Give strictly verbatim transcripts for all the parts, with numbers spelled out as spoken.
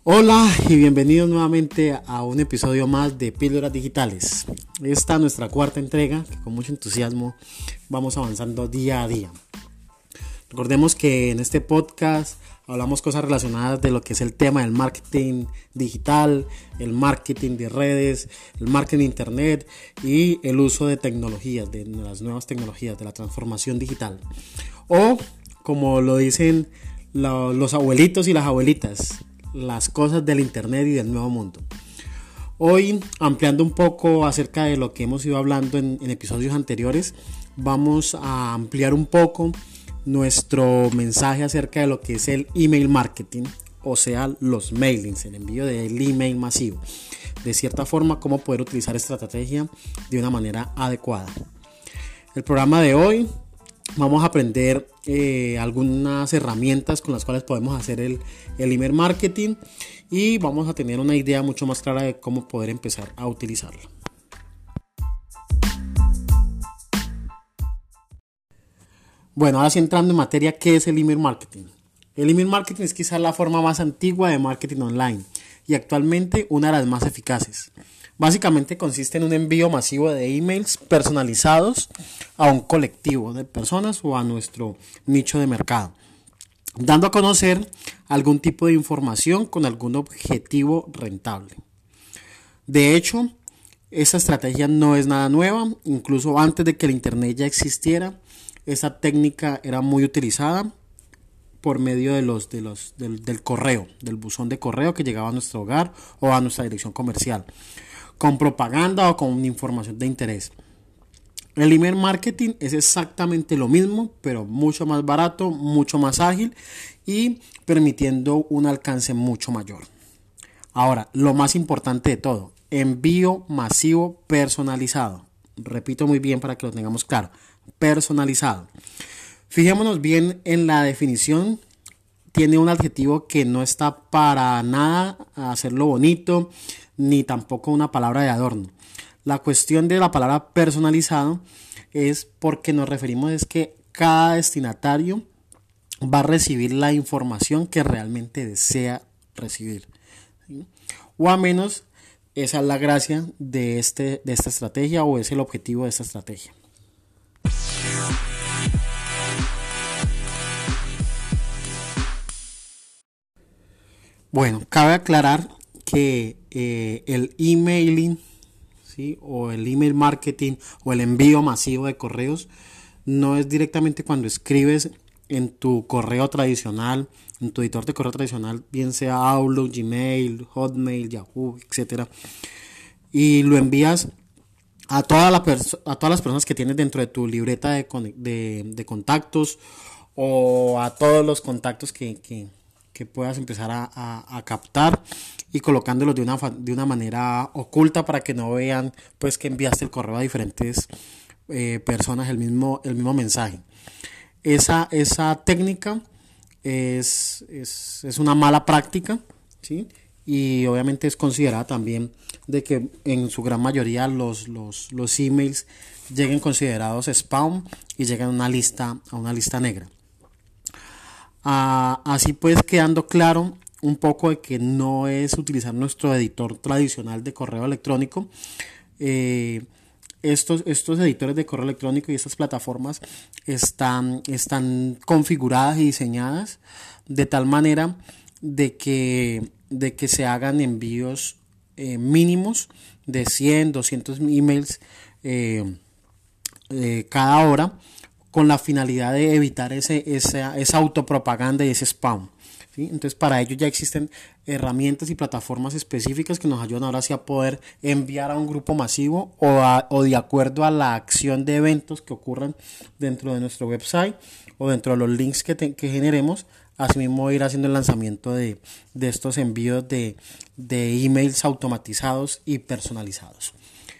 Hola y bienvenidos nuevamente a un episodio más de Píldoras Digitales. Esta es nuestra cuarta entrega que con mucho entusiasmo vamos avanzando día a día. Recordemos que en este podcast hablamos cosas relacionadas de lo que es el tema del marketing digital, el marketing de redes, el marketing de internet y el uso de tecnologías, de las nuevas tecnologías, de la transformación digital. O como lo dicen los abuelitos y las abuelitas, las cosas del internet y del nuevo mundo. Hoy, ampliando un poco acerca de lo que hemos ido hablando en, en episodios anteriores, vamos a ampliar un poco nuestro mensaje acerca de lo que es el email marketing, o sea, los mailings, el envío del email masivo. De cierta forma, cómo poder utilizar esta estrategia de una manera adecuada. El programa de hoy vamos a aprender eh, algunas herramientas con las cuales podemos hacer el, el email marketing y vamos a tener una idea mucho más clara de cómo poder empezar a utilizarlo. Bueno, ahora sí entrando en materia, ¿qué es el email marketing? El email marketing es quizás la forma más antigua de marketing online y actualmente una de las más eficaces. Básicamente consiste en un envío masivo de emails personalizados a un colectivo de personas o a nuestro nicho de mercado, dando a conocer algún tipo de información con algún objetivo rentable. De hecho, esta estrategia no es nada nueva, incluso antes de que el internet ya existiera, esta técnica era muy utilizada por medio de los, de los, del, del correo, del buzón de correo que llegaba a nuestro hogar o a nuestra dirección comercial, con propaganda o con información de interés. El email marketing es exactamente lo mismo, pero mucho más barato, mucho más ágil y permitiendo un alcance mucho mayor. Ahora, lo más importante de todo, envío masivo personalizado. Repito muy bien para que lo tengamos claro, personalizado. Fijémonos bien en la definición. Tiene un adjetivo que no está para nada a hacerlo bonito, ni tampoco una palabra de adorno. La cuestión de la palabra personalizado es porque nos referimos es que cada destinatario va a recibir la información que realmente desea recibir, ¿sí? O a menos esa es la gracia de, este, de esta estrategia o es el objetivo de esta estrategia. Bueno, cabe aclarar que eh, el emailing, ¿sí? o el email marketing o el envío masivo de correos no es directamente cuando escribes en tu correo tradicional, en tu editor de correo tradicional, bien sea Outlook, Gmail, Hotmail, Yahoo, etcétera, y lo envías a, toda la perso- a todas las personas que tienes dentro de tu libreta de, con- de, de contactos o a todos los contactos que, que, que puedas empezar a, a, a captar y colocándolos de una, de una manera oculta para que no vean pues que enviaste el correo a diferentes eh, personas el mismo, el mismo mensaje. Esa, esa técnica es, es, es una mala práctica, ¿sí? Y obviamente es considerada también de que en su gran mayoría los, los, los emails lleguen considerados spam y llegan a una lista, a una lista negra. Ah, así pues quedando claro un poco de que no es utilizar nuestro editor tradicional de correo electrónico. Eh, estos, estos editores de correo electrónico y estas plataformas están, están configuradas y diseñadas de tal manera de que, de que se hagan envíos eh, mínimos de cien, doscientos emails eh, eh, cada hora, con la finalidad de evitar ese, esa, esa autopropaganda y ese spam, ¿sí? Entonces para ello ya existen herramientas y plataformas específicas que nos ayudan ahora sí a poder enviar a un grupo masivo o, a, o de acuerdo a la acción de eventos que ocurran dentro de nuestro website o dentro de los links que, te, que generemos, asimismo ir haciendo el lanzamiento de, de estos envíos de, de emails automatizados y personalizados.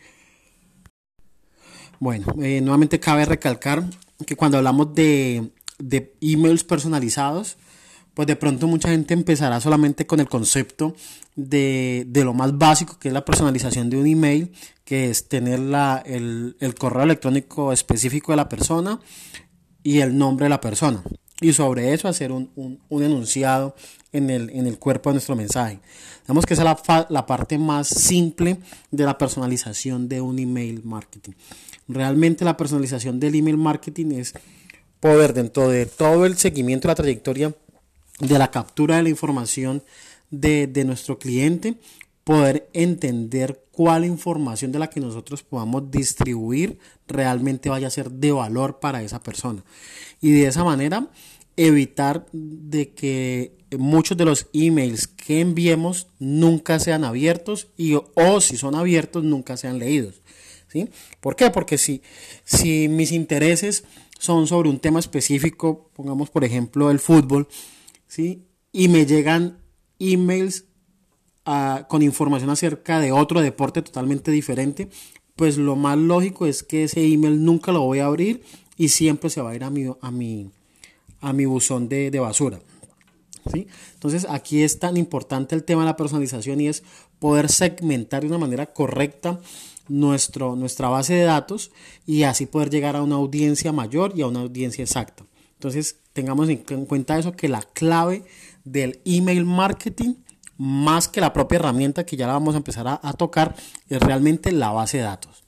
Bueno, eh, nuevamente cabe recalcar que cuando hablamos de, de emails personalizados, pues de pronto mucha gente empezará solamente con el concepto de, de lo más básico, que es la personalización de un email, que es tener la, el, el correo electrónico específico de la persona y el nombre de la persona. y sobre eso hacer un, un, un enunciado en el, en el cuerpo de nuestro mensaje. Digamos que esa es la, fa, la parte más simple de la personalización de un email marketing. Realmente la personalización del email marketing es poder, dentro de todo el seguimiento de la trayectoria de la captura de la información de, de nuestro cliente, poder entender cuál información de la que nosotros podamos distribuir realmente vaya a ser de valor para esa persona, y de esa manera evitar de que muchos de los emails que enviemos nunca sean abiertos, y o si son abiertos nunca sean leídos, ¿sí? ¿Por qué? Porque si, si mis intereses son sobre un tema específico, pongamos por ejemplo el fútbol, ¿sí? Y me llegan emails uh, con información acerca de otro deporte totalmente diferente, pues lo más lógico es que ese email nunca lo voy a abrir y siempre se va a ir a mi, a mi, a mi buzón de, de basura, ¿sí? Entonces aquí es tan importante el tema de la personalización, y es poder segmentar de una manera correcta nuestro, nuestra base de datos, y así poder llegar a una audiencia mayor y a una audiencia exacta. Entonces tengamos en cuenta eso, que la clave del email marketing, más que la propia herramienta que ya la vamos a empezar a, a tocar, es realmente la base de datos.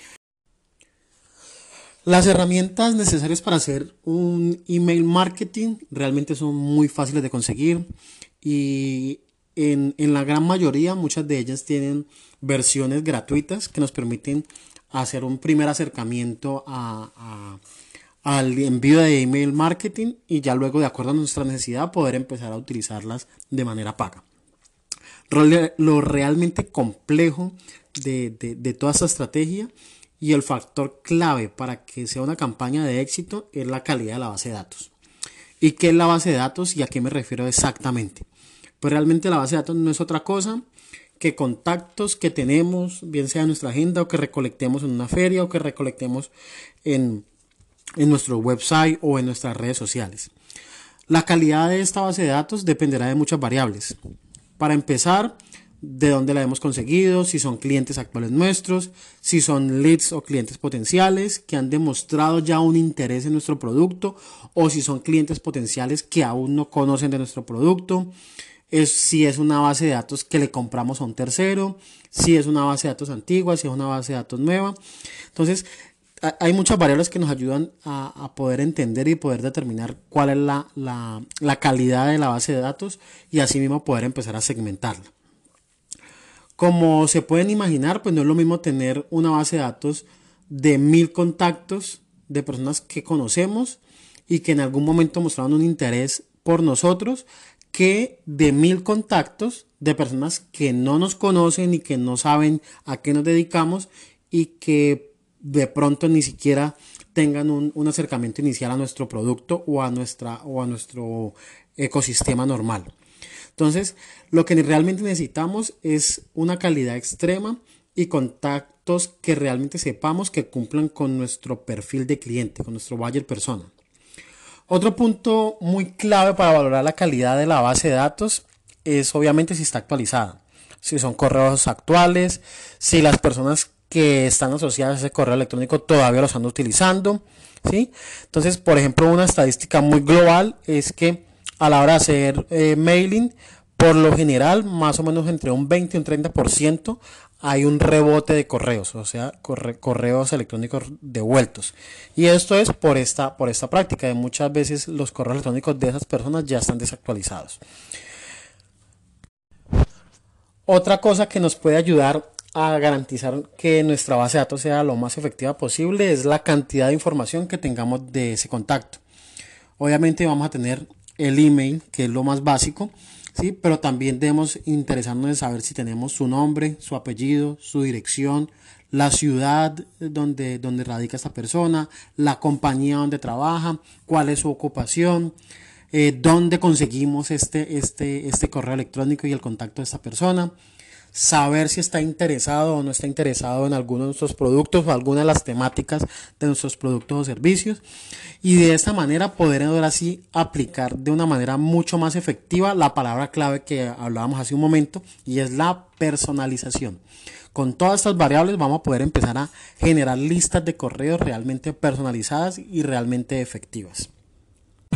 Las herramientas necesarias para hacer un email marketing realmente son muy fáciles de conseguir, y en, en la gran mayoría, muchas de ellas tienen versiones gratuitas que nos permiten hacer un primer acercamiento a, a al envío de email marketing, y ya luego, de acuerdo a nuestra necesidad, poder empezar a utilizarlas de manera paga. Lo realmente complejo de, de, de toda esta estrategia y el factor clave para que sea una campaña de éxito es la calidad de la base de datos. ¿Y qué es la base de datos y a qué me refiero exactamente? Pues realmente la base de datos no es otra cosa que contactos que tenemos, bien sea en nuestra agenda, o que recolectemos en una feria, o que recolectemos en en nuestro website o en nuestras redes sociales. La calidad de esta base de datos dependerá de muchas variables. Para empezar, de dónde la hemos conseguido, si son clientes actuales nuestros, si son leads o clientes potenciales que han demostrado ya un interés en nuestro producto, o si son clientes potenciales que aún no conocen de nuestro producto, es, si es una base de datos que le compramos a un tercero, si es una base de datos antigua, si es una base de datos nueva. Entonces, hay muchas variables que nos ayudan a, a poder entender y poder determinar cuál es la, la, la calidad de la base de datos, y así mismo poder empezar a segmentarla. Como se pueden imaginar, pues no es lo mismo tener una base de datos de mil contactos de personas que conocemos y que en algún momento mostraron un interés por nosotros, que de mil contactos de personas que no nos conocen y que no saben a qué nos dedicamos, y que de pronto ni siquiera tengan un, un acercamiento inicial a nuestro producto o a, nuestra, o a nuestro ecosistema normal. Entonces, lo que realmente necesitamos es una calidad extrema y contactos que realmente sepamos que cumplan con nuestro perfil de cliente, con nuestro buyer persona. Otro punto muy clave para valorar la calidad de la base de datos es obviamente si está actualizada, si son correos actuales, si las personas que están asociadas a ese correo electrónico todavía lo están utilizando, ¿sí? Entonces, por ejemplo, una estadística muy global es que a la hora de hacer eh, mailing, por lo general, más o menos entre un veinte y un treinta por ciento hay un rebote de correos, o sea, corre, correos electrónicos devueltos. Y esto es por esta, por esta práctica de muchas veces los correos electrónicos de esas personas ya están desactualizados. Otra cosa que nos puede ayudar a garantizar que nuestra base de datos sea lo más efectiva posible es la cantidad de información que tengamos de ese contacto. Obviamente vamos a tener el email, que es lo más básico, ¿sí? Pero también debemos interesarnos en saber si tenemos su nombre, su apellido, su dirección, la ciudad donde, donde radica esta persona, la compañía donde trabaja, cuál es su ocupación, eh, dónde conseguimos este, este, este correo electrónico y el contacto de esta persona. Saber si está interesado o no está interesado en alguno de nuestros productos o alguna de las temáticas de nuestros productos o servicios, y de esta manera poder ahora sí aplicar de una manera mucho más efectiva la palabra clave que hablábamos hace un momento, y es la personalización. Con todas estas variables vamos a poder empezar a generar listas de correos realmente personalizadas y realmente efectivas.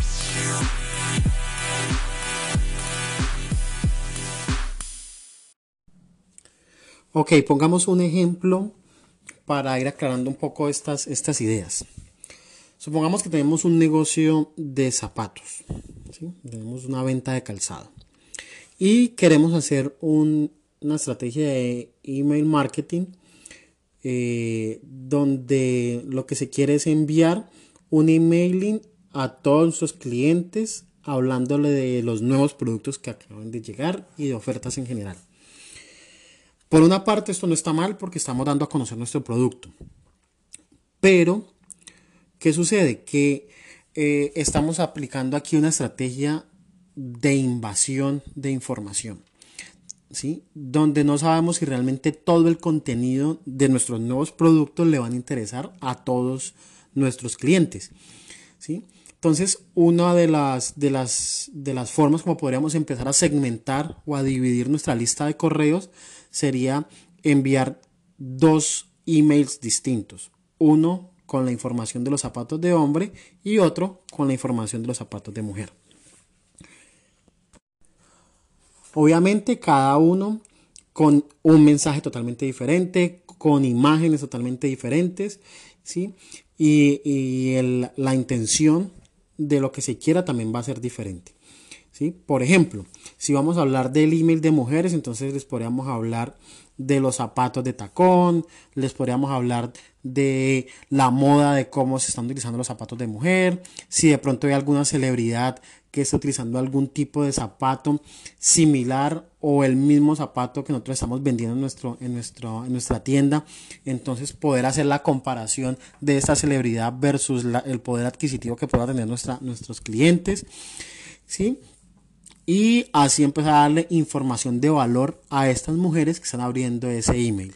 Ok, pongamos un ejemplo para ir aclarando un poco estas, estas ideas. Supongamos que tenemos un negocio de zapatos, ¿sí? Tenemos una venta de calzado y queremos hacer un, una estrategia de email marketing eh, donde lo que se quiere es enviar un emailing a todos nuestros clientes hablándole de los nuevos productos que acaban de llegar y de ofertas en general. Por una parte, esto no está mal porque estamos dando a conocer nuestro producto, pero ¿qué sucede? Que eh, estamos aplicando aquí una estrategia de invasión de información, ¿sí? Donde no sabemos si realmente todo el contenido de nuestros nuevos productos le van a interesar a todos nuestros clientes, ¿sí? Entonces, una de las, de las, de las formas como podríamos empezar a segmentar o a dividir nuestra lista de correos sería enviar dos emails distintos. Uno con la información de los zapatos de hombre y otro con la información de los zapatos de mujer. Obviamente cada uno con un mensaje totalmente diferente, con imágenes totalmente diferentes, ¿sí? Y, y el, la intención de lo que se quiera también va a ser diferente, ¿sí? Por ejemplo, si vamos a hablar del email de mujeres, entonces les podríamos hablar de los zapatos de tacón, les podríamos hablar de la moda, de cómo se están utilizando los zapatos de mujer, si de pronto hay alguna celebridad que está utilizando algún tipo de zapato similar o el mismo zapato que nosotros estamos vendiendo en, nuestro, en, nuestro, en nuestra tienda, entonces poder hacer la comparación de esta celebridad versus la, el poder adquisitivo que puedan tener nuestra, nuestros clientes, ¿sí? Y así empezar a darle información de valor a estas mujeres que están abriendo ese email.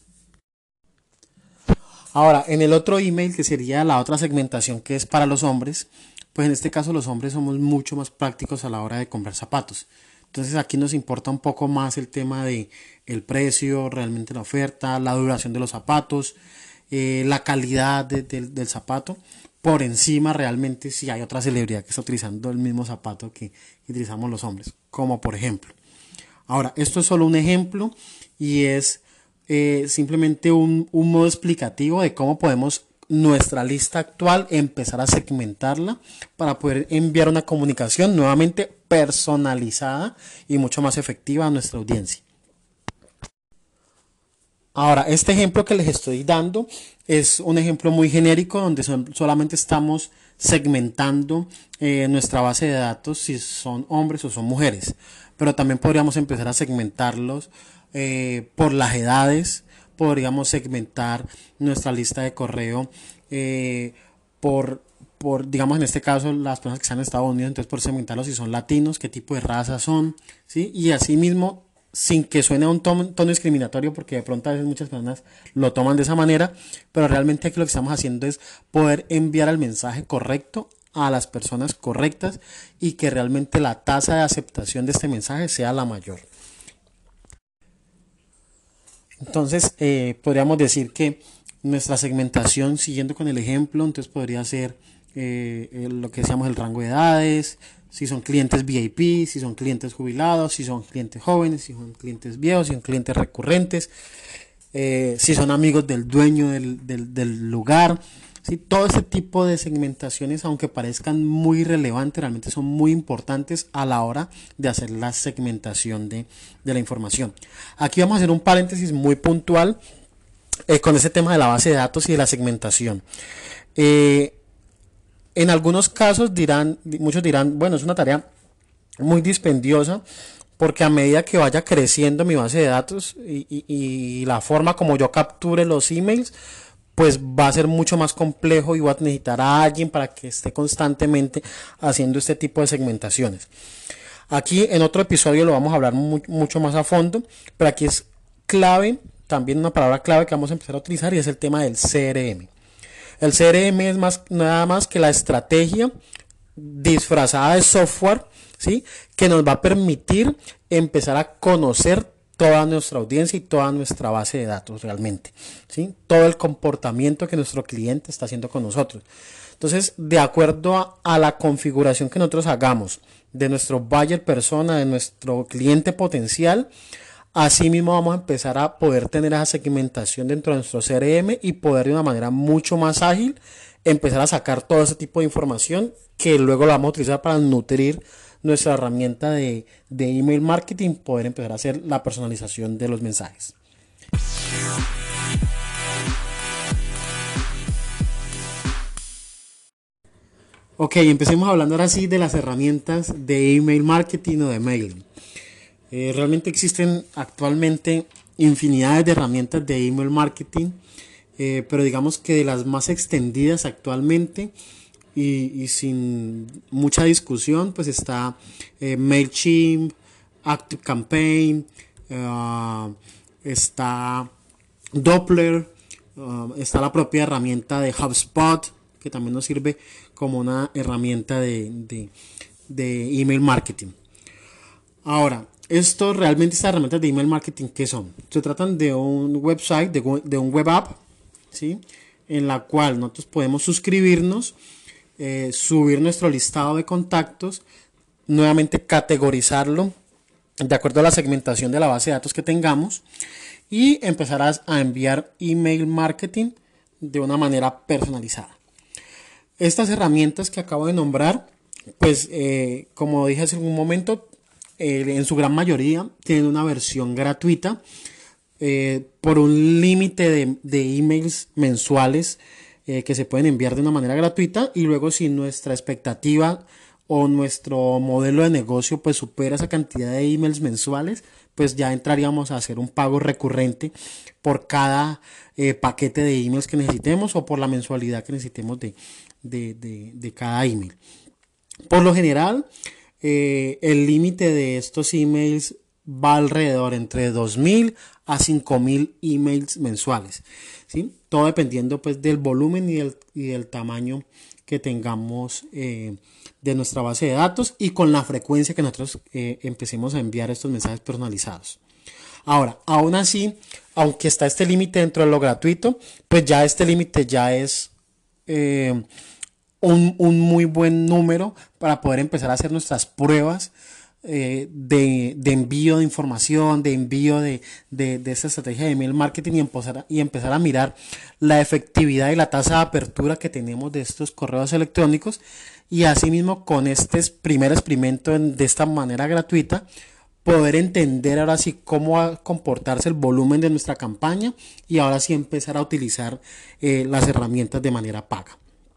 Ahora, en el otro email, que sería la otra segmentación que es para los hombres, pues en este caso los hombres somos mucho más prácticos a la hora de comprar zapatos. Entonces aquí nos importa un poco más el tema de el precio, realmente la oferta, la duración de los zapatos, eh, la calidad de, de, del zapato. Por encima realmente si hay otra celebridad que está utilizando el mismo zapato que, que utilizamos los hombres, como por ejemplo. Ahora, esto es solo un ejemplo y es eh, simplemente un, un modo explicativo de cómo podemos nuestra lista actual empezar a segmentarla para poder enviar una comunicación nuevamente personalizada y mucho más efectiva a nuestra audiencia. Ahora, este ejemplo que les estoy dando es un ejemplo muy genérico donde son, solamente estamos segmentando eh, nuestra base de datos si son hombres o son mujeres, pero también podríamos empezar a segmentarlos eh, por las edades, podríamos segmentar nuestra lista de correo eh, por, por, digamos en este caso, las personas que están en Estados Unidos, entonces por segmentarlos si son latinos, qué tipo de raza son, ¿sí? Y así mismo sin que suene a un tono, tono discriminatorio, porque de pronto a veces muchas personas lo toman de esa manera, pero realmente aquí lo que estamos haciendo es poder enviar el mensaje correcto a las personas correctas y que realmente la tasa de aceptación de este mensaje sea la mayor. Entonces, eh, podríamos decir que nuestra segmentación, siguiendo con el ejemplo, entonces podría ser eh, eh, lo que decíamos el rango de edades, si son clientes V I P, si son clientes jubilados, si son clientes jóvenes, si son clientes viejos, si son clientes recurrentes, eh, si son amigos del dueño del, del, del lugar. ¿Sí? Todo este tipo de segmentaciones, aunque parezcan muy relevantes, realmente son muy importantes a la hora de hacer la segmentación de, de la información. Aquí vamos a hacer un paréntesis muy puntual eh, con ese tema de la base de datos y de la segmentación. Eh, En algunos casos dirán, muchos dirán, bueno, es una tarea muy dispendiosa porque a medida que vaya creciendo mi base de datos y, y, y la forma como yo capture los emails, pues va a ser mucho más complejo y voy a necesitar a alguien para que esté constantemente haciendo este tipo de segmentaciones. Aquí en otro episodio lo vamos a hablar muy, mucho más a fondo, pero aquí es clave, también una palabra clave que vamos a empezar a utilizar y es el tema del C R M. El C R M es más, nada más que la estrategia disfrazada de software, ¿sí? Que nos va a permitir empezar a conocer toda nuestra audiencia y toda nuestra base de datos realmente, ¿sí? Todo el comportamiento que nuestro cliente está haciendo con nosotros. Entonces, de acuerdo a, a la configuración que nosotros hagamos de nuestro buyer persona, de nuestro cliente potencial, así mismo vamos a empezar a poder tener esa segmentación dentro de nuestro C R M y poder de una manera mucho más ágil empezar a sacar todo ese tipo de información que luego la vamos a utilizar para nutrir nuestra herramienta de, de email marketing, poder empezar a hacer la personalización de los mensajes. Ok, empecemos hablando ahora sí de las herramientas de email marketing o de mailing. Eh, realmente existen actualmente infinidades de herramientas de email marketing, eh, pero digamos que de las más extendidas actualmente y, y sin mucha discusión, pues está eh, MailChimp, ActiveCampaign, uh, está Doppler, uh, está la propia herramienta de HubSpot, que también nos sirve como una herramienta de, de, de email marketing. Ahora, esto realmente, estas herramientas de email marketing, ¿qué son? Se tratan de un website, de, de un web app, ¿sí? En la cual nosotros podemos suscribirnos, eh, subir nuestro listado de contactos, nuevamente categorizarlo de acuerdo a la segmentación de la base de datos que tengamos y empezar a, a enviar email marketing de una manera personalizada. Estas herramientas que acabo de nombrar, pues eh, como dije hace un momento, eh, en su gran mayoría tienen una versión gratuita eh, por un límite de, de emails mensuales eh, que se pueden enviar de una manera gratuita, y luego si nuestra expectativa o nuestro modelo de negocio pues supera esa cantidad de emails mensuales, pues ya entraríamos a hacer un pago recurrente por cada eh, paquete de emails que necesitemos o por la mensualidad que necesitemos de, de, de, de cada email. Por lo general, eh, el límite de estos emails va alrededor entre dos mil a cinco mil emails mensuales, ¿sí? Todo dependiendo pues del volumen y del, y del tamaño que tengamos eh, de nuestra base de datos y con la frecuencia que nosotros eh, empecemos a enviar estos mensajes personalizados. Ahora, aún así, aunque está este límite dentro de lo gratuito, pues ya este límite ya es eh, un, un muy buen número para poder empezar a hacer nuestras pruebas eh, de, de envío de información, de envío de, de, de esta estrategia de email marketing y empezar, a, y empezar a mirar la efectividad y la tasa de apertura que tenemos de estos correos electrónicos, y asimismo con este primer experimento en, de esta manera gratuita, poder entender ahora sí cómo va a comportarse el volumen de nuestra campaña y ahora sí empezar a utilizar eh, las herramientas de manera paga.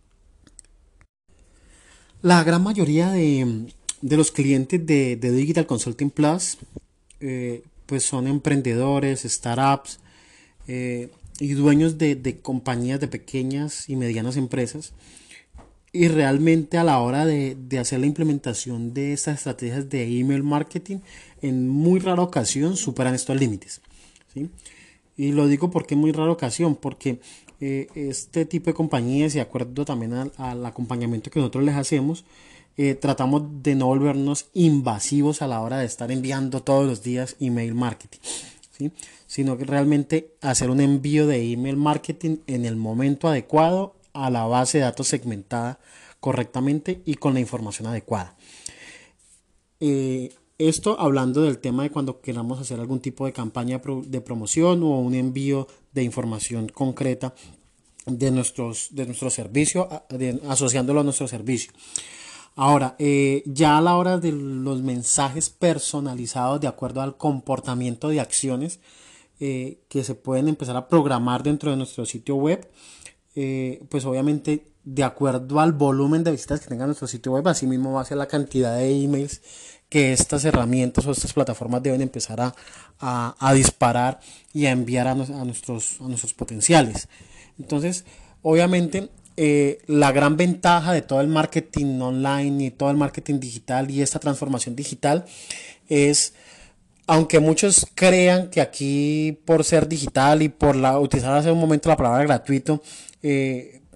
La gran mayoría de, de los clientes de, de Digital Consulting Plus eh, pues son emprendedores, startups eh, y dueños de, de compañías de pequeñas y medianas empresas, y realmente a la hora de, de hacer la implementación de estas estrategias de email marketing, en muy rara ocasión superan estos límites, ¿sí? Y lo digo porque en muy rara ocasión, porque eh, este tipo de compañías, y de acuerdo también al, al acompañamiento que nosotros les hacemos, eh, tratamos de no volvernos invasivos a la hora de estar enviando todos los días email marketing, ¿sí? Sino que realmente hacer un envío de email marketing en el momento adecuado, a la base de datos segmentada correctamente y con la información adecuada. Eh, esto hablando del tema de cuando queramos hacer algún tipo de campaña de promoción o un envío de información concreta de nuestros de nuestro servicio, de, asociándolo a nuestro servicio. Ahora, eh, ya a la hora de los mensajes personalizados de acuerdo al comportamiento de acciones eh, que se pueden empezar a programar dentro de nuestro sitio web, eh, pues obviamente de acuerdo al volumen de visitas que tenga nuestro sitio web, así mismo va a ser la cantidad de emails que estas herramientas o estas plataformas deben empezar a, a, a disparar y a enviar a, nos, a, nuestros, a nuestros potenciales. Entonces, obviamente, eh, la gran ventaja de todo el marketing online y todo el marketing digital y esta transformación digital es, aunque muchos crean que aquí por ser digital y por la, utilizar hace un momento la palabra gratuito, eh,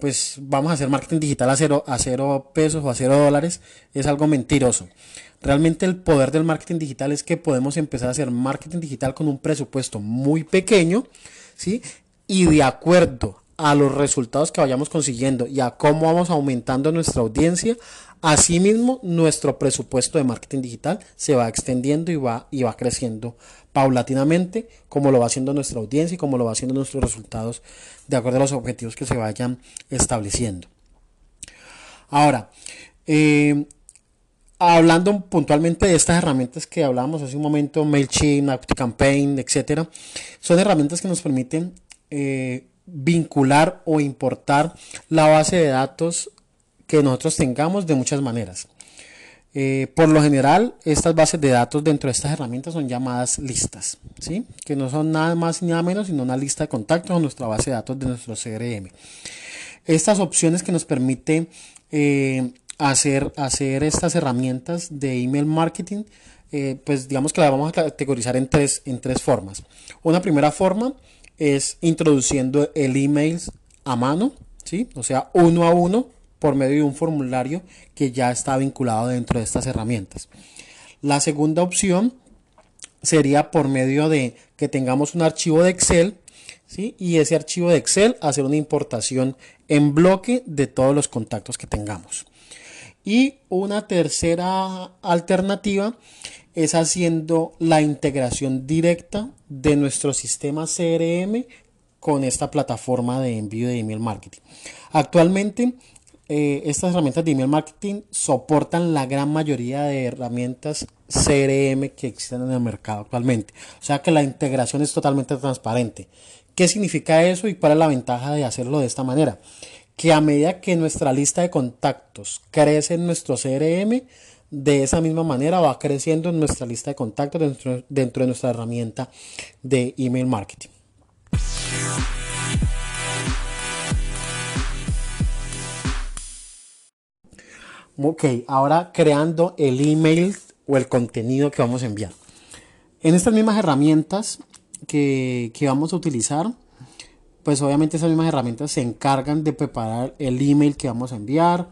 pues vamos a hacer marketing digital a cero, a cero pesos o a cero dólares, es algo mentiroso. Realmente el poder del marketing digital es que podemos empezar a hacer marketing digital con un presupuesto muy pequeño, ¿sí? Y de acuerdo a los resultados que vayamos consiguiendo y a cómo vamos aumentando nuestra audiencia, asimismo nuestro presupuesto de marketing digital se va extendiendo y va, y va creciendo paulatinamente, como lo va haciendo nuestra audiencia y como lo va haciendo nuestros resultados de acuerdo a los objetivos que se vayan estableciendo. Ahora, eh, hablando puntualmente de estas herramientas que hablábamos hace un momento, MailChimp, ActiveCampaign, etcétera, son herramientas que nos permiten eh, vincular o importar la base de datos que nosotros tengamos de muchas maneras. Eh, por lo general, estas bases de datos dentro de estas herramientas son llamadas listas, ¿sí? Que no son nada más ni nada menos sino una lista de contactos o nuestra base de datos de nuestro C R M. Estas opciones que nos permiten eh, hacer, hacer estas herramientas de email marketing, eh, pues digamos que las vamos a categorizar en tres, en tres formas. Una primera forma es introduciendo el email a mano, ¿sí? O sea, uno a uno, por medio de un formulario que ya está vinculado dentro de estas herramientas. La segunda opción sería por medio de que tengamos un archivo de Excel, ¿sí? Y ese archivo de Excel hacer una importación en bloque de todos los contactos que tengamos. Y una tercera alternativa es haciendo la integración directa de nuestro sistema C R M con esta plataforma de envío de email marketing. Actualmente Eh, estas herramientas de email marketing soportan la gran mayoría de herramientas C R M que existen en el mercado actualmente. O sea que la integración es totalmente transparente. ¿Qué significa eso y cuál es la ventaja de hacerlo de esta manera? Que a medida que nuestra lista de contactos crece en nuestro C R M, de esa misma manera va creciendo en nuestra lista de contactos dentro, dentro de nuestra herramienta de email marketing. Ok, ahora creando el email o el contenido que vamos a enviar. En estas mismas herramientas que, que vamos a utilizar, pues obviamente esas mismas herramientas se encargan de preparar el email que vamos a enviar,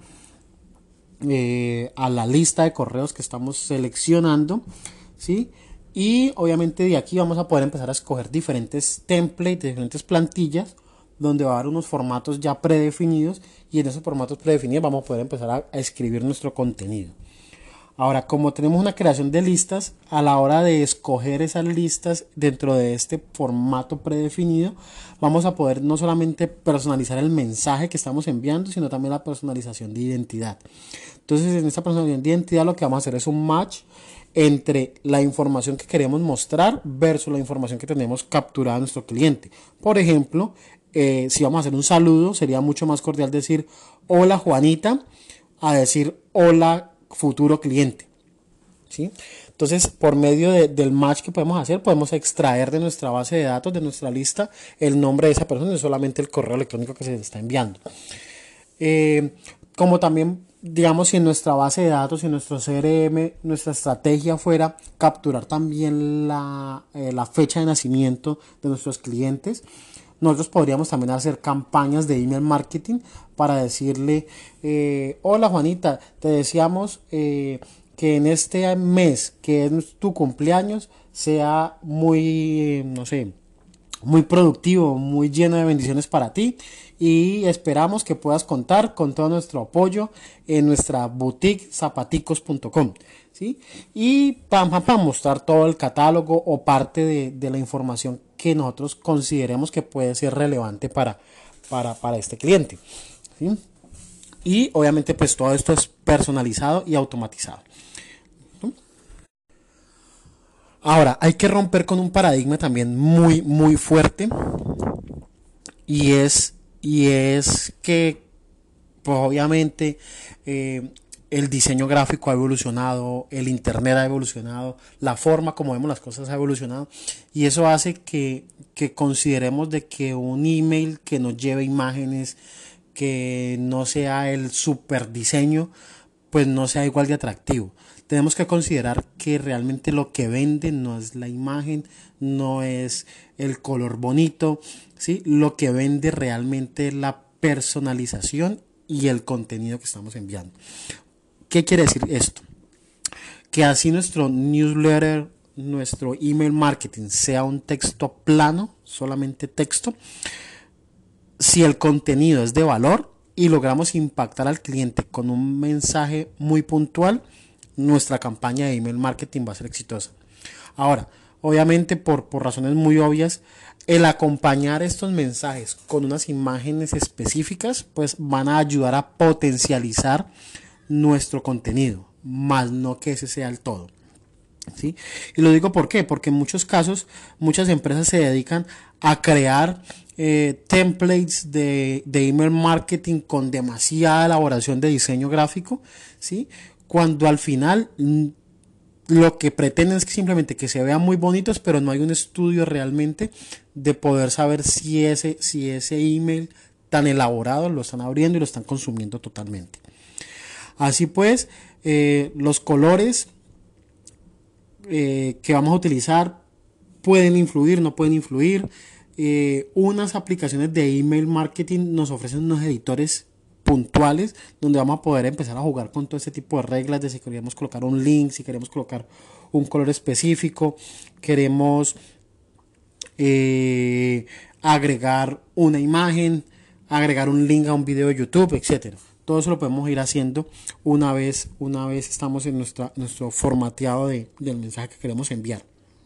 eh, a la lista de correos que estamos seleccionando, ¿sí? Y obviamente de aquí vamos a poder empezar a escoger diferentes templates, diferentes plantillas, donde va a haber unos formatos ya predefinidos y en esos formatos predefinidos vamos a poder empezar a, a escribir nuestro contenido. Ahora, como tenemos una creación de listas, a la hora de escoger esas listas dentro de este formato predefinido, vamos a poder no solamente personalizar el mensaje que estamos enviando, sino también la personalización de identidad. Entonces, en esta personalización de identidad lo que vamos a hacer es un match entre la información que queremos mostrar versus la información que tenemos capturada a nuestro cliente. Por ejemplo, eh, si vamos a hacer un saludo, sería mucho más cordial decir hola Juanita a decir hola futuro cliente, ¿sí? Entonces, por medio de, del match que podemos hacer, podemos extraer de nuestra base de datos, de nuestra lista, el nombre de esa persona y solamente el correo electrónico que se le está enviando. Eh, como también, digamos, si en nuestra base de datos, si en nuestro C R M, nuestra estrategia fuera capturar también la, eh, la fecha de nacimiento de nuestros clientes, nosotros podríamos también hacer campañas de email marketing para decirle, eh, hola Juanita, te deseamos eh, que en este mes que es tu cumpleaños sea muy, eh, no sé, muy productivo, muy lleno de bendiciones para ti y esperamos que puedas contar con todo nuestro apoyo en nuestra boutique zapaticos punto com, ¿sí? Y para pa, mostrar todo el catálogo o parte de, de la información que nosotros consideremos que puede ser relevante para, para, para este cliente, ¿sí? Y obviamente pues todo esto es personalizado y automatizado. Ahora, hay que romper con un paradigma también muy, muy fuerte y es, y es que, pues obviamente, eh, el diseño gráfico ha evolucionado, el internet ha evolucionado, la forma como vemos las cosas ha evolucionado y eso hace que, que consideremos de que un email que nos lleve imágenes, que no sea el super diseño, pues no sea igual de atractivo. Tenemos que considerar que realmente lo que vende no es la imagen, no es el color bonito, ¿sí? Lo que vende realmente es la personalización y el contenido que estamos enviando. ¿Qué quiere decir esto? Que así nuestro newsletter, nuestro email marketing sea un texto plano, solamente texto, si el contenido es de valor y logramos impactar al cliente con un mensaje muy puntual, nuestra campaña de email marketing va a ser exitosa. Ahora, obviamente por, por razones muy obvias, el acompañar estos mensajes con unas imágenes específicas, pues van a ayudar a potencializar nuestro contenido, más no que ese sea el todo. ¿Sí? Y lo digo por qué, porque en muchos casos muchas empresas se dedican a crear eh, templates de, de email marketing con demasiada elaboración de diseño gráfico, ¿sí? Cuando al final lo que pretenden es que simplemente que se vean muy bonitos, pero no hay un estudio realmente de poder saber si ese, si ese email tan elaborado lo están abriendo y lo están consumiendo totalmente. Así pues, eh, los colores eh, que vamos a utilizar pueden influir, no pueden influir. Eh, unas aplicaciones de email marketing nos ofrecen unos editores puntuales donde vamos a poder empezar a jugar con todo este tipo de reglas de si queremos colocar un link, si queremos colocar un color específico, queremos eh, agregar una imagen, agregar un link a un video de YouTube, etcétera. Todo eso lo podemos ir haciendo una vez, una vez estamos en nuestra, nuestro formateado de, del mensaje que queremos enviar.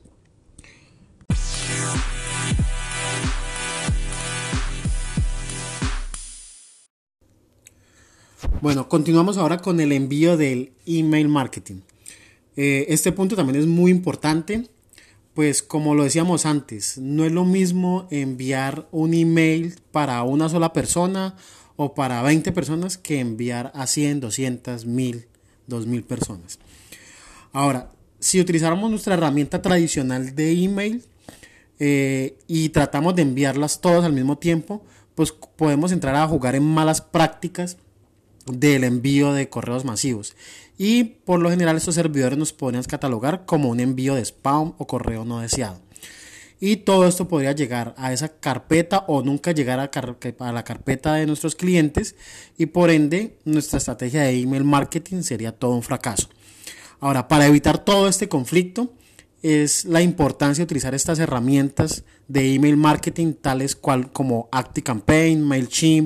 Bueno, continuamos ahora con el envío del email marketing. Eh, este punto también es muy importante, pues como lo decíamos antes, no es lo mismo enviar un email para una sola persona o para veinte personas que enviar a cien, doscientas, mil, dos mil personas. Ahora, si utilizáramos nuestra herramienta tradicional de email eh, y tratamos de enviarlas todas al mismo tiempo, pues podemos entrar a jugar en malas prácticas del envío de correos masivos y por lo general estos servidores nos podrían catalogar como un envío de spam o correo no deseado, y todo esto podría llegar a esa carpeta o nunca llegar a, car- a la carpeta de nuestros clientes, y por ende nuestra estrategia de email marketing sería todo un fracaso. Ahora, para evitar todo este conflicto es la importancia de utilizar estas herramientas de email marketing tales cual como ActiveCampaign, MailChimp,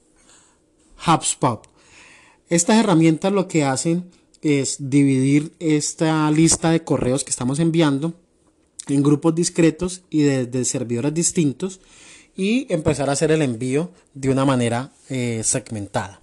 HubSpot. Estas herramientas lo que hacen es dividir esta lista de correos que estamos enviando en grupos discretos y de, de servidores distintos y empezar a hacer el envío de una manera eh, segmentada.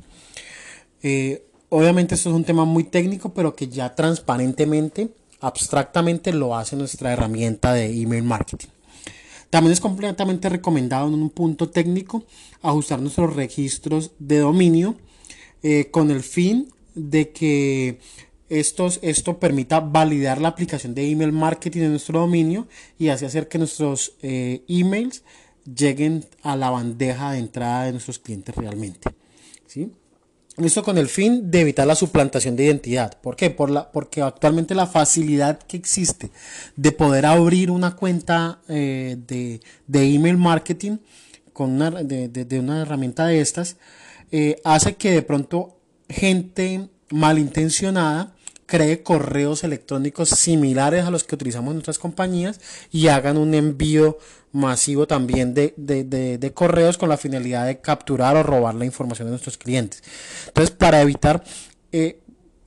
Eh, obviamente esto es un tema muy técnico, pero que ya transparentemente, abstractamente lo hace nuestra herramienta de email marketing. También es completamente recomendado en un punto técnico ajustar nuestros registros de dominio eh, con el fin de que estos, esto permita validar la aplicación de email marketing en nuestro dominio y así hacer que nuestros eh, emails lleguen a la bandeja de entrada de nuestros clientes realmente, ¿sí? Esto con el fin de evitar la suplantación de identidad. ¿Por qué? Por la, porque actualmente la facilidad que existe de poder abrir una cuenta eh, de, de email marketing con una, de, de, de una herramienta de estas eh, hace que de pronto gente malintencionada cree correos electrónicos similares a los que utilizamos en nuestras compañías y hagan un envío masivo también de, de, de, de correos con la finalidad de capturar o robar la información de nuestros clientes. Entonces, para evitar, eh,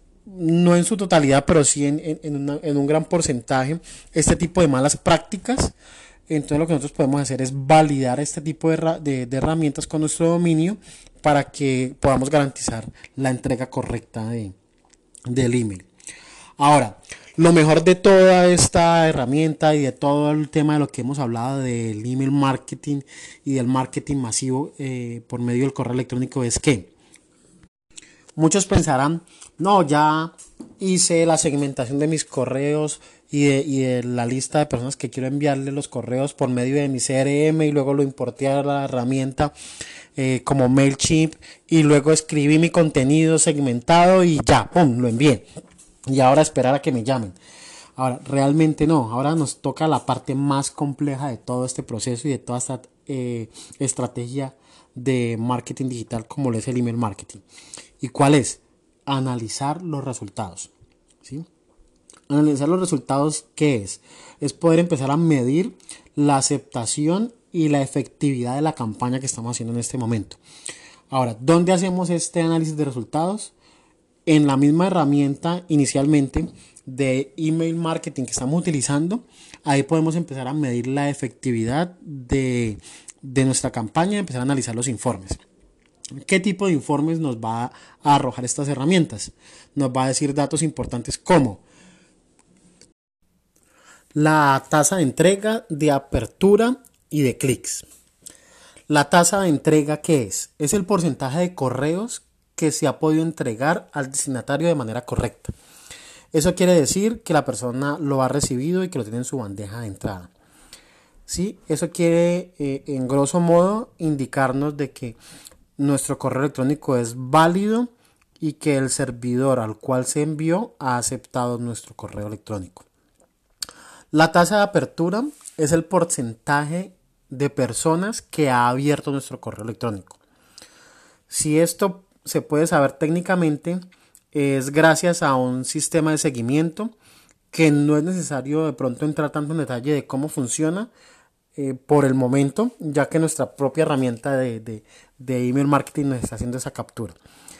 no en su totalidad, pero sí en, en, en, una, en un gran porcentaje, este tipo de malas prácticas, entonces lo que nosotros podemos hacer es validar este tipo de, de, de herramientas con nuestro dominio para que podamos garantizar la entrega correcta de, del email. Ahora, lo mejor de toda esta herramienta y de todo el tema de lo que hemos hablado del email marketing y del marketing masivo eh, por medio del correo electrónico es que muchos pensarán, no, ya hice la segmentación de mis correos y de, y de la lista de personas que quiero enviarle los correos por medio de mi C R M y luego lo importé a la herramienta eh, como MailChimp y luego escribí mi contenido segmentado y ya, pum, lo envié. Y ahora esperar a que me llamen. Ahora, realmente no. Ahora nos toca la parte más compleja de todo este proceso y de toda esta eh, estrategia de marketing digital como lo es el email marketing. ¿Y cuál es? Analizar los resultados, ¿sí? Analizar los resultados, ¿qué es? Es poder empezar a medir la aceptación y la efectividad de la campaña que estamos haciendo en este momento. Ahora, ¿dónde hacemos este análisis de resultados? En la misma herramienta inicialmente de email marketing que estamos utilizando. Ahí podemos empezar a medir la efectividad de, de nuestra campaña y empezar a analizar los informes. ¿Qué tipo de informes nos va a arrojar estas herramientas? Nos va a decir datos importantes como la tasa de entrega, de apertura y de clics. La tasa de entrega, ¿qué es? Es el porcentaje de correos que se ha podido entregar al destinatario de manera correcta. Eso quiere decir que la persona lo ha recibido y que lo tiene en su bandeja de entrada. ¿Sí? Eso quiere, eh, en grosso modo, indicarnos de que nuestro correo electrónico es válido y que el servidor al cual se envió ha aceptado nuestro correo electrónico. La tasa de apertura es el porcentaje de personas que ha abierto nuestro correo electrónico. Si esto se puede saber técnicamente, es gracias a un sistema de seguimiento que no es necesario de pronto entrar tanto en detalle de cómo funciona eh, por el momento, ya que nuestra propia herramienta de, de, de email marketing nos está haciendo esa captura.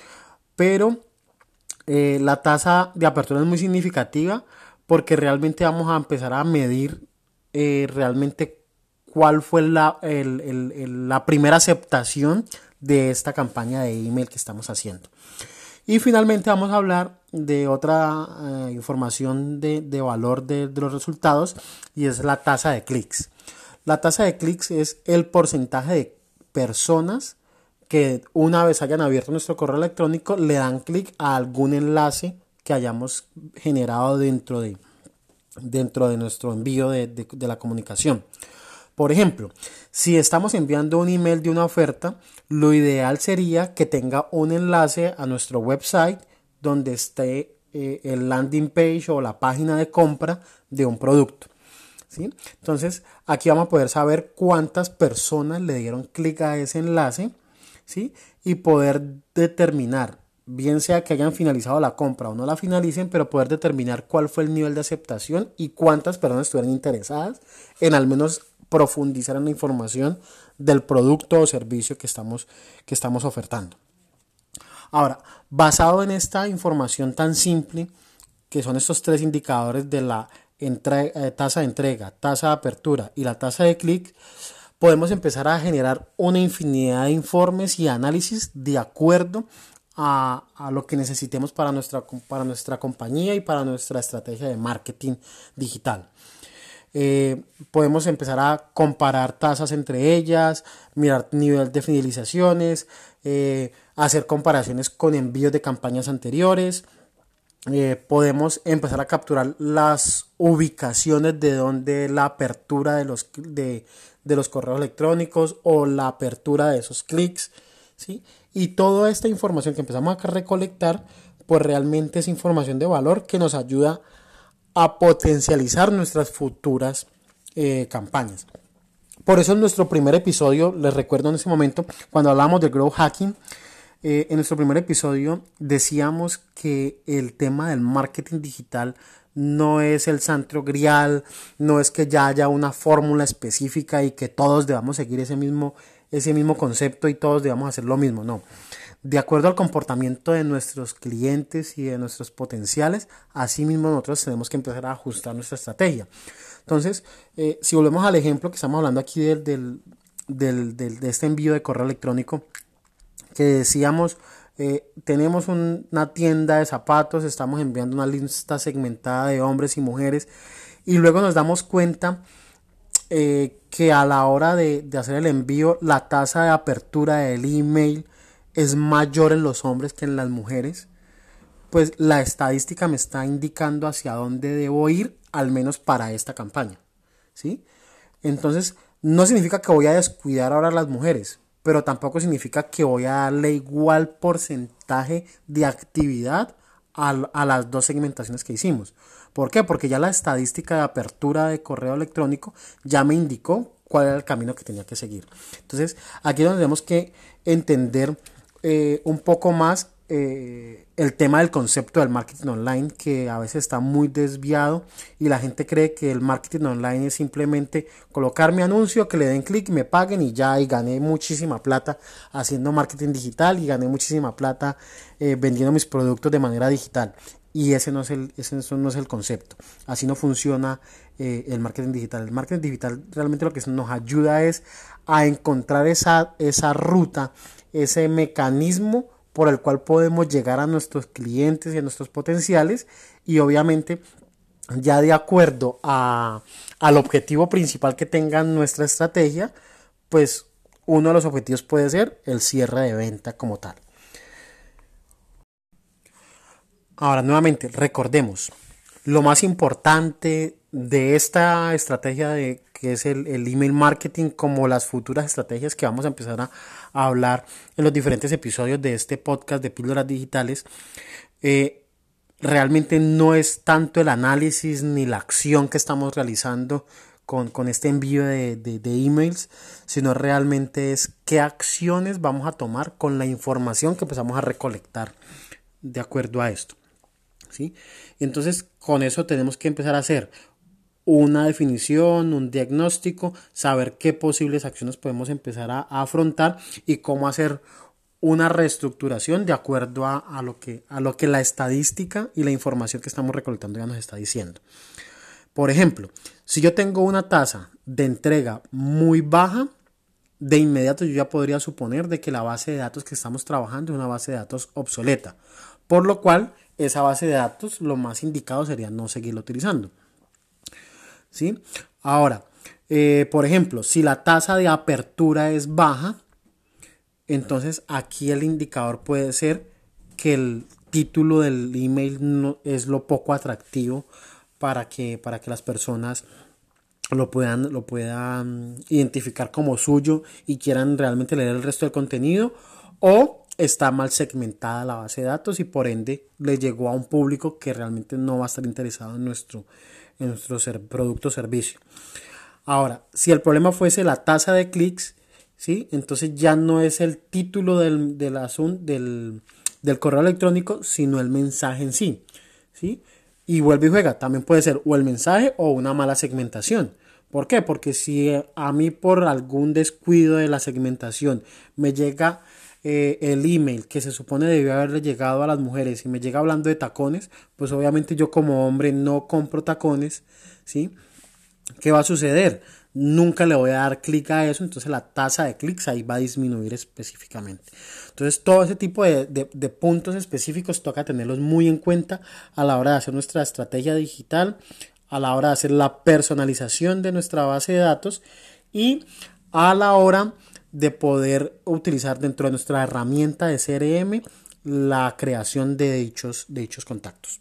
Pero eh, la tasa de apertura es muy significativa porque realmente vamos a empezar a medir eh, realmente cuál fue la, el, el, el, la primera aceptación de esta campaña de email que estamos haciendo. Y finalmente vamos a hablar de otra eh, información de, de valor de, de los resultados, y es la tasa de clics. La tasa de clics es el porcentaje de personas que una vez hayan abierto nuestro correo electrónico le dan clic a algún enlace que hayamos generado dentro de, dentro de nuestro envío de, de, de la comunicación. Por ejemplo, si estamos enviando un email de una oferta, lo ideal sería que tenga un enlace a nuestro website donde esté eh, el landing page o la página de compra de un producto, ¿sí? Entonces, aquí vamos a poder saber cuántas personas le dieron clic a ese enlace, ¿sí? Y poder determinar, bien sea que hayan finalizado la compra o no la finalicen, pero poder determinar cuál fue el nivel de aceptación y cuántas personas estuvieran interesadas en al menos profundizar en la información del producto o servicio que estamos, que estamos ofertando. Ahora, basado en esta información tan simple, que son estos tres indicadores de la entre, eh, tasa de entrega, tasa de apertura y la tasa de clic, podemos empezar a generar una infinidad de informes y análisis de acuerdo a, a lo que necesitemos para nuestra, para nuestra compañía y para nuestra estrategia de marketing digital. Eh, podemos empezar a comparar tasas entre ellas, mirar nivel de fidelizaciones, eh, hacer comparaciones con envíos de campañas anteriores. Eh, podemos empezar a capturar las ubicaciones de donde la apertura de los, de, de los correos electrónicos o la apertura de esos clics, ¿sí? Y toda esta información que empezamos a recolectar, pues realmente es información de valor que nos ayuda a potencializar nuestras futuras eh, campañas. Por eso en nuestro primer episodio, les recuerdo en ese momento, cuando hablamos de growth hacking, eh, en nuestro primer episodio decíamos que el tema del marketing digital no es el santo grial, no es que ya haya una fórmula específica y que todos debamos seguir ese mismo, ese mismo concepto y todos debamos hacer lo mismo, no. De acuerdo al comportamiento de nuestros clientes y de nuestros potenciales, así mismo nosotros tenemos que empezar a ajustar nuestra estrategia. Entonces, eh, si volvemos al ejemplo que estamos hablando aquí del, del, del, del, de este envío de correo electrónico, que decíamos, eh, tenemos un, una tienda de zapatos, estamos enviando una lista segmentada de hombres y mujeres, y luego nos damos cuenta eh, que a la hora de, de hacer el envío, la tasa de apertura del email es mayor en los hombres que en las mujeres, pues la estadística me está indicando hacia dónde debo ir, al menos para esta campaña, ¿sí? Entonces, no significa que voy a descuidar ahora a las mujeres, pero tampoco significa que voy a darle igual porcentaje de actividad a, a las dos segmentaciones que hicimos. ¿Por qué? Porque ya la estadística de apertura de correo electrónico ya me indicó cuál era el camino que tenía que seguir. Entonces, aquí es donde tenemos que entender eh, un poco más eh, el tema del concepto del marketing online, que a veces está muy desviado y la gente cree que el marketing online es simplemente colocar mi anuncio, que le den clic, me paguen y ya, y gané muchísima plata haciendo marketing digital y gané muchísima plata eh, vendiendo mis productos de manera digital. Y ese no es el, ese no es el concepto. Así no funciona eh, el marketing digital. El marketing digital realmente lo que nos ayuda es a encontrar esa, esa ruta, ese mecanismo por el cual podemos llegar a nuestros clientes y a nuestros potenciales, y obviamente ya de acuerdo a, al objetivo principal que tenga nuestra estrategia, pues uno de los objetivos puede ser el cierre de venta como tal. Ahora, nuevamente, recordemos, lo más importante de esta estrategia de que es el, el email marketing, como las futuras estrategias que vamos a empezar a, a hablar en los diferentes episodios de este podcast de Píldoras Digitales, eh, realmente no es tanto el análisis ni la acción que estamos realizando con, con este envío de, de, de emails, sino realmente es qué acciones vamos a tomar con la información que empezamos a recolectar de acuerdo a esto. ¿Sí? Entonces, con eso tenemos que empezar a hacer una definición, un diagnóstico, saber qué posibles acciones podemos empezar a, a afrontar y cómo hacer una reestructuración de acuerdo a, a, lo que, a lo que la estadística y la información que estamos recolectando ya nos está diciendo. Por ejemplo, si yo tengo una tasa de entrega muy baja, de inmediato yo ya podría suponer de que la base de datos que estamos trabajando es una base de datos obsoleta, por lo cual esa base de datos lo más indicado sería no seguirla utilizando. ¿Sí? Ahora, eh, por ejemplo, si la tasa de apertura es baja, entonces aquí el indicador puede ser que el título del email no es lo poco atractivo para que, para que las personas lo puedan, lo puedan identificar como suyo y quieran realmente leer el resto del contenido, o está mal segmentada la base de datos y por ende le llegó a un público que realmente no va a estar interesado en nuestro, en nuestro ser, producto o servicio. Ahora, si el problema fuese la tasa de clics, ¿sí? Entonces ya no es el título del, del, asun, del, del correo electrónico, sino el mensaje en sí, ¿sí? Y vuelve y juega, también puede ser o el mensaje o una mala segmentación. ¿Por qué? Porque si a mí por algún descuido de la segmentación me llega eh, el email que se supone debió haberle llegado a las mujeres y me llega hablando de tacones, pues obviamente yo como hombre no compro tacones, ¿sí? ¿Qué va a suceder? Nunca le voy a dar clic a eso, entonces la tasa de clics ahí va a disminuir específicamente. Entonces todo ese tipo de, de, de puntos específicos toca tenerlos muy en cuenta a la hora de hacer nuestra estrategia digital, a la hora de hacer la personalización de nuestra base de datos y a la hora de poder utilizar dentro de nuestra herramienta de C R M la creación de dichos, de dichos contactos.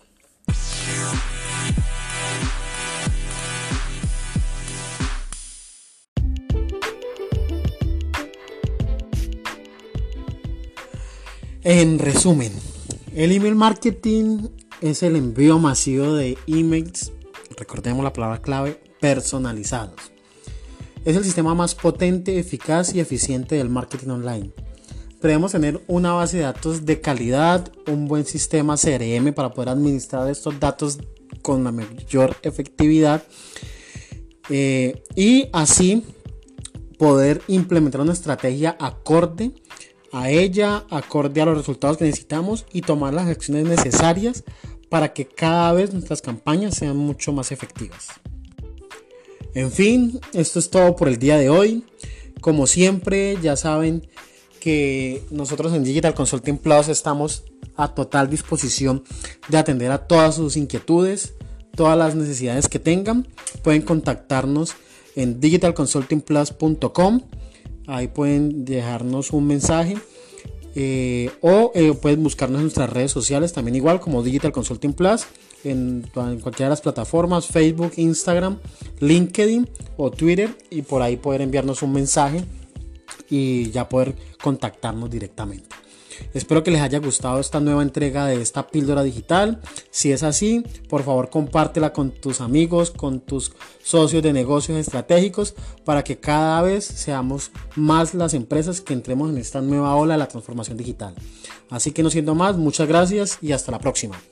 En resumen, el email marketing es el envío masivo de emails, recordemos la palabra clave, personalizados. Es el sistema más potente, eficaz y eficiente del marketing online. Debemos tener una base de datos de calidad, un buen sistema C R M para poder administrar estos datos con la mayor efectividad eh, y así poder implementar una estrategia acorde a ella, acorde a los resultados que necesitamos y tomar las acciones necesarias para que cada vez nuestras campañas sean mucho más efectivas. En fin, esto es todo por el día de hoy. Como siempre, ya saben que nosotros en Digital Consulting Plus estamos a total disposición de atender a todas sus inquietudes, todas las necesidades que tengan. Pueden contactarnos en digital consulting plus punto com. Ahí pueden dejarnos un mensaje eh, o eh, pueden buscarnos en nuestras redes sociales también igual como Digital Consulting Plus en, en cualquiera de las plataformas, Facebook, Instagram, LinkedIn o Twitter, y por ahí poder enviarnos un mensaje y ya poder contactarnos directamente. Espero que les haya gustado esta nueva entrega de esta píldora digital. Si es así, por favor compártela con tus amigos, con tus socios de negocios estratégicos, para que cada vez seamos más las empresas que entremos en esta nueva ola de la transformación digital. Así que no siendo más, muchas gracias y hasta la próxima.